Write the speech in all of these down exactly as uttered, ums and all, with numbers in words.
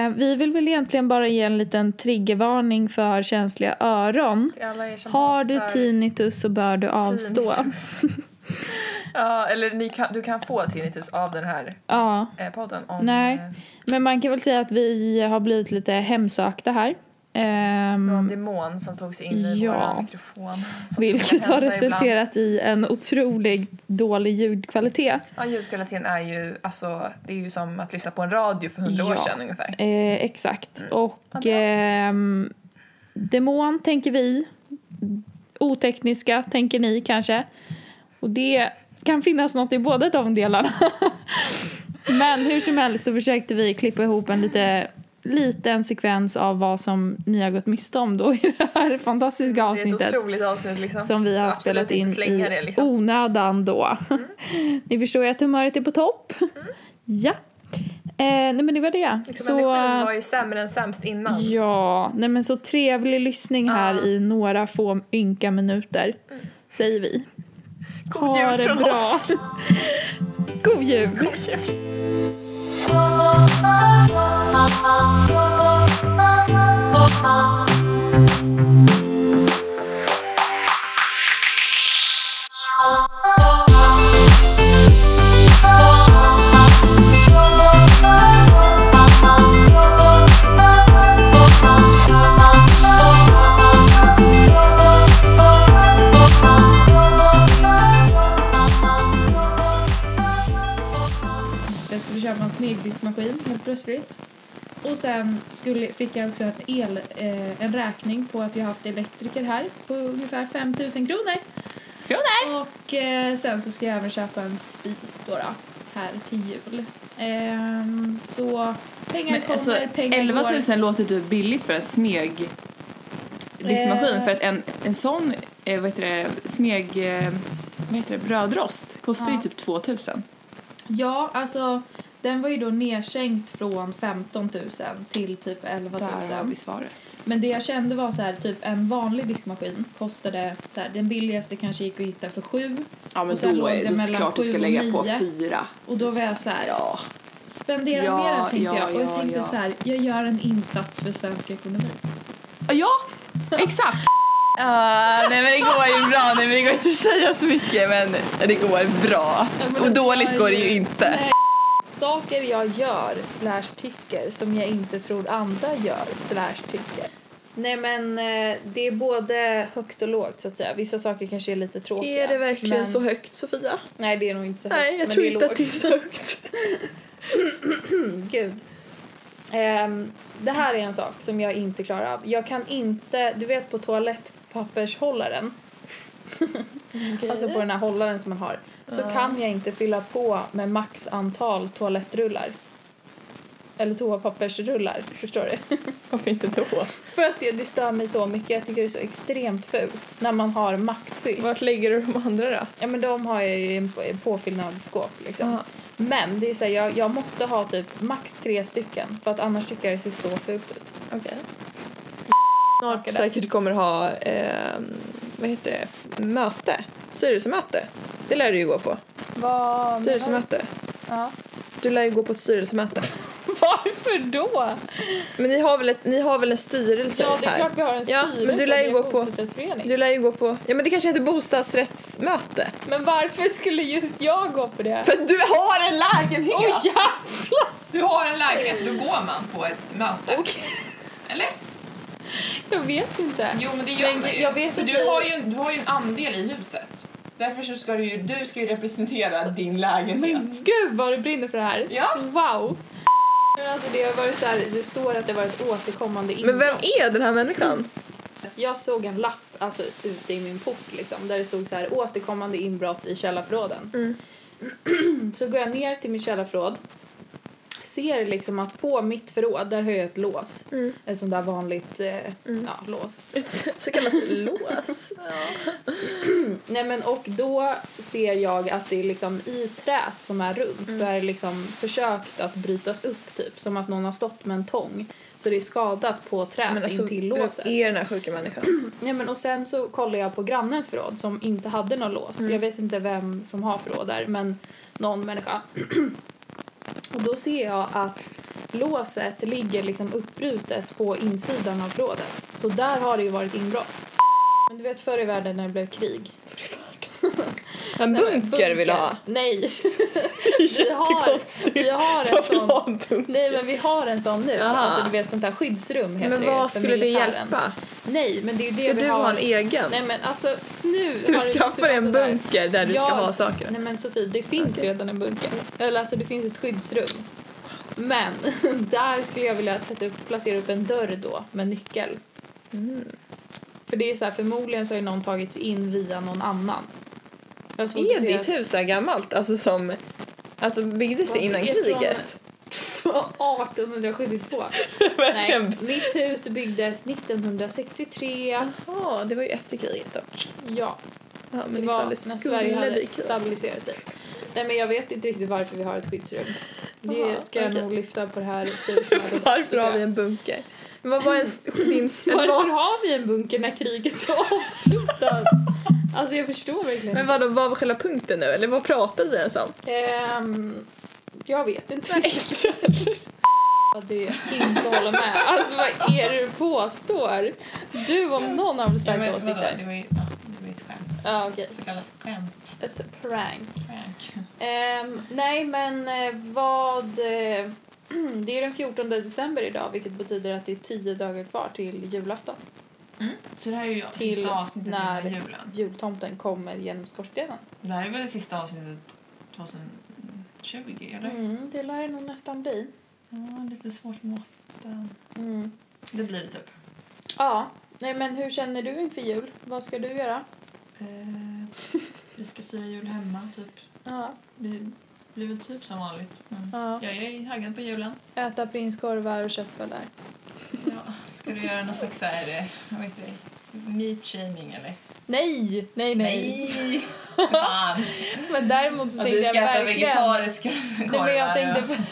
Eh, vi vill väl egentligen bara ge en liten triggervarning för känsliga öron. Har du tinnitus så bör du avstå. Ja, eller ni kan, du kan få tinnitus av den här ja. eh, podden. Om, Nej, eh, men man kan väl säga att vi har blivit lite hemsökta här. Um, det var en demon som tog sig in i ja, vår mikrofon. Vilket har resulterat ibland. i en otroligt dålig ljudkvalitet. Ja, ljudkvaliteten är ju, alltså, det är ju som att lyssna på en radio för hundra ja, år sedan ungefär. Eh, exakt. Mm. Och eh, demon tänker vi, otekniska tänker ni kanske. Och det kan finnas något i båda de delarna. Men hur som helst så försökte vi klippa ihop en lite... liten sekvens av vad som ni har gått miste om då i det här fantastiska avsnittet. Det är ett otroligt avsnitt liksom. Som vi har spelat in i det, liksom. onödan då. Mm. Ni förstår ju att humöret är på topp. Mm. Ja. Eh, nej men det var det. Liksom så, energin var ju sämre än sämst innan. Ja, nej men så trevlig lyssning här uh. i några få ynka minuter. Mm. Säger vi. God ha jul det från bra. Oss. God jul. God jul. Jag skulle köpa en smegdiskmaskin helt plötsligt. Och sen skulle, fick jag också en, el, eh, en räkning på att jag haft elektriker här på ungefär fem tusen kronor. Kronor! Och eh, sen så ska jag även köpa en spis då, då här till jul. Eh, så pengar Men, kommer, alltså, pengar elva tusen går. låter typ billigt för en smeg diskmaskin. Eh. För att en, en sån eh, vad heter det, smeg eh, vad heter det, brödrost kostar ja. ju typ två tusen. Ja, alltså den var ju då nedsänkt från femton tusen till typ elva tusen. Där har vi svaret. Men det jag kände var så här, typ en vanlig diskmaskin kostade så här, den billigaste kanske gick att hitta för sju. Ja, men då är det då klart du ska lägga på fyra. Och då var jag så här, ja. spendera ja, mer tänkte ja, jag. Och jag ja, tänkte ja. så här, jag gör en insats för svensk ekonomi. Ja, exakt. Uh, nej men det går ju bra, nej men det går inte att säga så mycket, men det går bra. Ja, och dåligt går det ju inte. Nej. Saker jag gör slash tycker som jag inte tror andra gör slash tycker. Nej men det är både högt och lågt så att säga. Vissa saker kanske är lite tråkiga. Är det verkligen men... så högt, Sofia? Nej, det är nog inte så högt. Nej, jag men tror det är inte lågt. att det är så högt. Gud. Um, det här är en sak som jag inte klarar av. Jag kan inte, du vet på toalettpappershållaren. Okay. Alltså på den här hållaren som man har. Så uh. kan jag inte fylla på med max antal toalettrullar. Eller toapappersrullar, förstår du? Varför inte då? För att det, det stör mig så mycket. Jag tycker det är så extremt fult när man har maxfyllt. Vart lägger du de andra då? Ja, men de har jag ju i en påfyllnadsskåp liksom. Uh. Men det är så här, jag, jag måste ha typ max tre stycken. För att annars tycker jag det ser så fult ut. Okej. Okay. Snart säkert kommer ha eh, vad heter det? Möte. Styrelsemöte. Det lär du ju gå på. Vad? Styrelsemöte. Ja. Du lär ju gå på ett styrelsemöte. Varför då? Men ni har väl ett, ni har väl en styrelse här? Ja, det är här. klart vi har en styrelse. Ja, men du lär ju gå på Du lär ju gå på. Ja, men det kanske heter bostadsrättsmöte. Men varför skulle just jag gå på det? För att du har en lägenhet. Åh, oh, jävlar. Du har en lägenhet så då går man på ett möte. Okay. Eller? Jag vet inte. Jo, men det gör man ju. Jag vet För inte. Du har ju du har ju en andel i huset. Därför så ska du ju du ska ju representera din lägenhet. Men gud vad du brinner för det här. Ja. Wow. Alltså det har varit så här, det står att det var ett återkommande inbrott. Men vem är den här människan? Mm. Jag såg en lapp alltså ute i min port liksom där det stod så här återkommande inbrott i källarförråden. Mm. Så går jag ner till mitt källarförråd. Ser liksom att på mitt förråd där har jag ett lås. Mm. Ett sånt där vanligt eh, mm. ja, lås. Ett så kallat lås. Ja. Nej men och då ser jag att det är liksom i trät som är runt mm. så är det liksom försökt att brytas upp typ som att någon har stått med en tång. Så det är skadat på trät alltså, in till låset. Är den här sjuka människan? Nej men och sen så kollar jag på grannens förråd som inte hade någon lås. Mm. Jag vet inte vem som har förråd där men någon människa. Och då ser jag att låset ligger liksom uppbrutet på insidan av förrådet. Så där har det ju varit inbrott. Men du vet förr i världen när det blev krig. En bunker, bunker vill du ha? Nej. vi har, vi har en sån. Nej, men vi har en sån nu. Aha. Alltså du vet sånt här skyddsrum heter. Men vad skulle det hjälpa? Nej, men det är ju det ska vi du har. ha en egen? Nej, men alltså nu ska du skaffa dig en bunker där, där du ja, ska ha saker? Nej, men Sofie, det finns okay. redan en bunker. Eller alltså det finns ett skyddsrum. Men där skulle jag vilja sätta upp placera upp en dörr då med nyckel. Mm. För det är så här, förmodligen så har någon tagit in via någon annan. Är ditt att... hus är gammalt? Alltså som alltså byggdes det innan kriget? arton sjuttiotvå. Nej, mitt hus byggdes nittonhundrasextiotre. Jaha, det var ju efter kriget dock. Ja, ja men det var när Sverige hade stabiliserat sig. Nej, men jag vet inte riktigt varför vi har ett skyddsrum. Det Aha, ska jag okay. nog lyfta på det här styrelsemötet. Varför har vi en bunker? Men vad var en, din, varför har vi en bunker när kriget är avslutat? Alltså jag förstår verkligen. Men vad, då, vad var själva punkten nu? Eller vad pratade vi ens om? Um, jag vet inte. Nej, det är inte hålla med. Alltså vad är det du påstår? Du om någon har väl starka ja, åsikter? Det var ju ja, det var ett skämt. Ja, okej. Så kallat skämt. Ett prank. prank. Um, nej, men vad... Uh, det är den fjortonde december idag, vilket betyder att det är tio dagar kvar till julafton. Mm. Så det här är ju till sista avsnittet när innan julen. Jultomten kommer genom skorstenen. Det här är väl det sista avsnittet tjugohundratjugo, eller? Mm, det lär det nog nästan bli. Ja, lite svårt med måtten. Mm. Det blir det typ. Ja, nej men hur känner du inför jul? Vad ska du göra? Eh, vi ska fira jul hemma, typ. Ja. Det blir väl typ som vanligt. Men ja. Jag är taggad på julen. Äta prinskorvar och köttbullar. Ja, ska du göra någon slags så här, vad vet du, meat shaming eller? Nej, nej, nej. Nej. Fan. Men däremot så tänkte jag verkligen. Du ska äta vegetariska korvar. Nej, men jag tänkte på...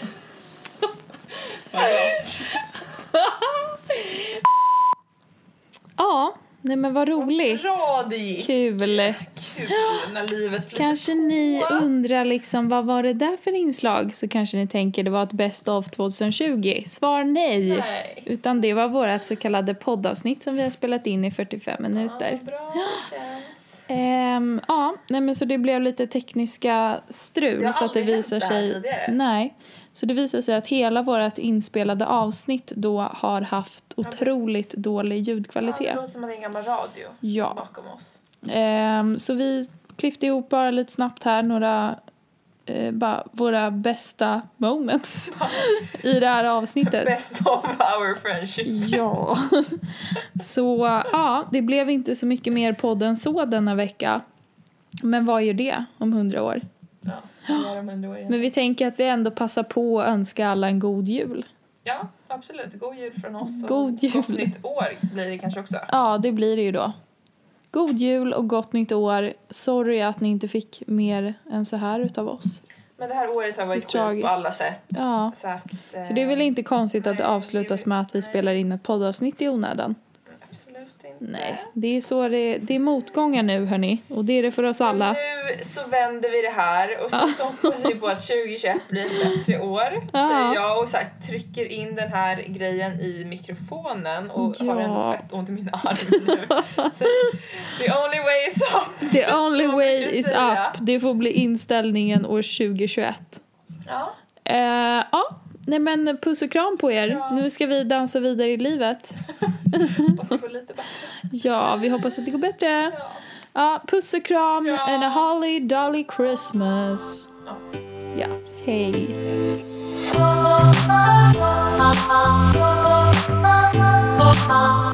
Vad gott. Ja, nej men vad roligt. Vad bra det gick. Kul. Kul när livet flyter kanske på. Ni undrar liksom, vad var det där för inslag? Så kanske ni tänker det var ett best of tjugohundratjugo. Svar nej. nej. Utan det var vårt så kallade poddavsnitt som vi har spelat in i fyrtiofem minuter. Ja, bra det känns. Ehm, ja, nej men så det blev lite tekniska strul. Det så att det visar det sig. Tidigare. Nej. Så det visar sig att hela vårt inspelade avsnitt då har haft otroligt dålig ljudkvalitet. Ja, det låter som en gammal radio ja. bakom oss. Um, så vi klippte ihop bara lite snabbt här några uh, bara våra bästa moments i det här avsnittet. Best of our friendship. Ja. Så ja, det blev inte så mycket mer podd än så denna vecka. Men vad gör det om hundra år? Ja. Men vi tänker att vi ändå passar på att önska alla en god jul. Ja, absolut. God jul från oss. God och jul. Gott nytt år blir det kanske också. Ja, det blir det ju då. God jul och gott nytt år. Sorry att ni inte fick mer än så här utav oss. Men det här året har varit skit på alla sätt. Ja. Så, att, eh, så det är väl inte konstigt att det avslutas med att vi nej. spelar in ett poddavsnitt i onödan. Absolut inte. Nej, det är så det, det är motgångar nu hörni. Och det är det för oss alla. Men nu så vänder vi det här och så, så hoppas vi på att tjugohundratjugoett blir ett bättre år. Ja. Säger jag och så här, trycker in den här grejen i mikrofonen och ja. har ändå fett ont i min arm nu. Så the only way is up. The only way is säga. Up. Det får bli inställningen år tjugohundratjugoett. Ja. Uh, ja. Nej men puss och kram på er. Ja. Nu ska vi dansa vidare i livet. Hoppas det går lite bättre. Ja, vi hoppas att det går bättre. Ja, ja puss och kram. Puss och kram. And a holly dolly Christmas. Ja, ja. Hej. Hej.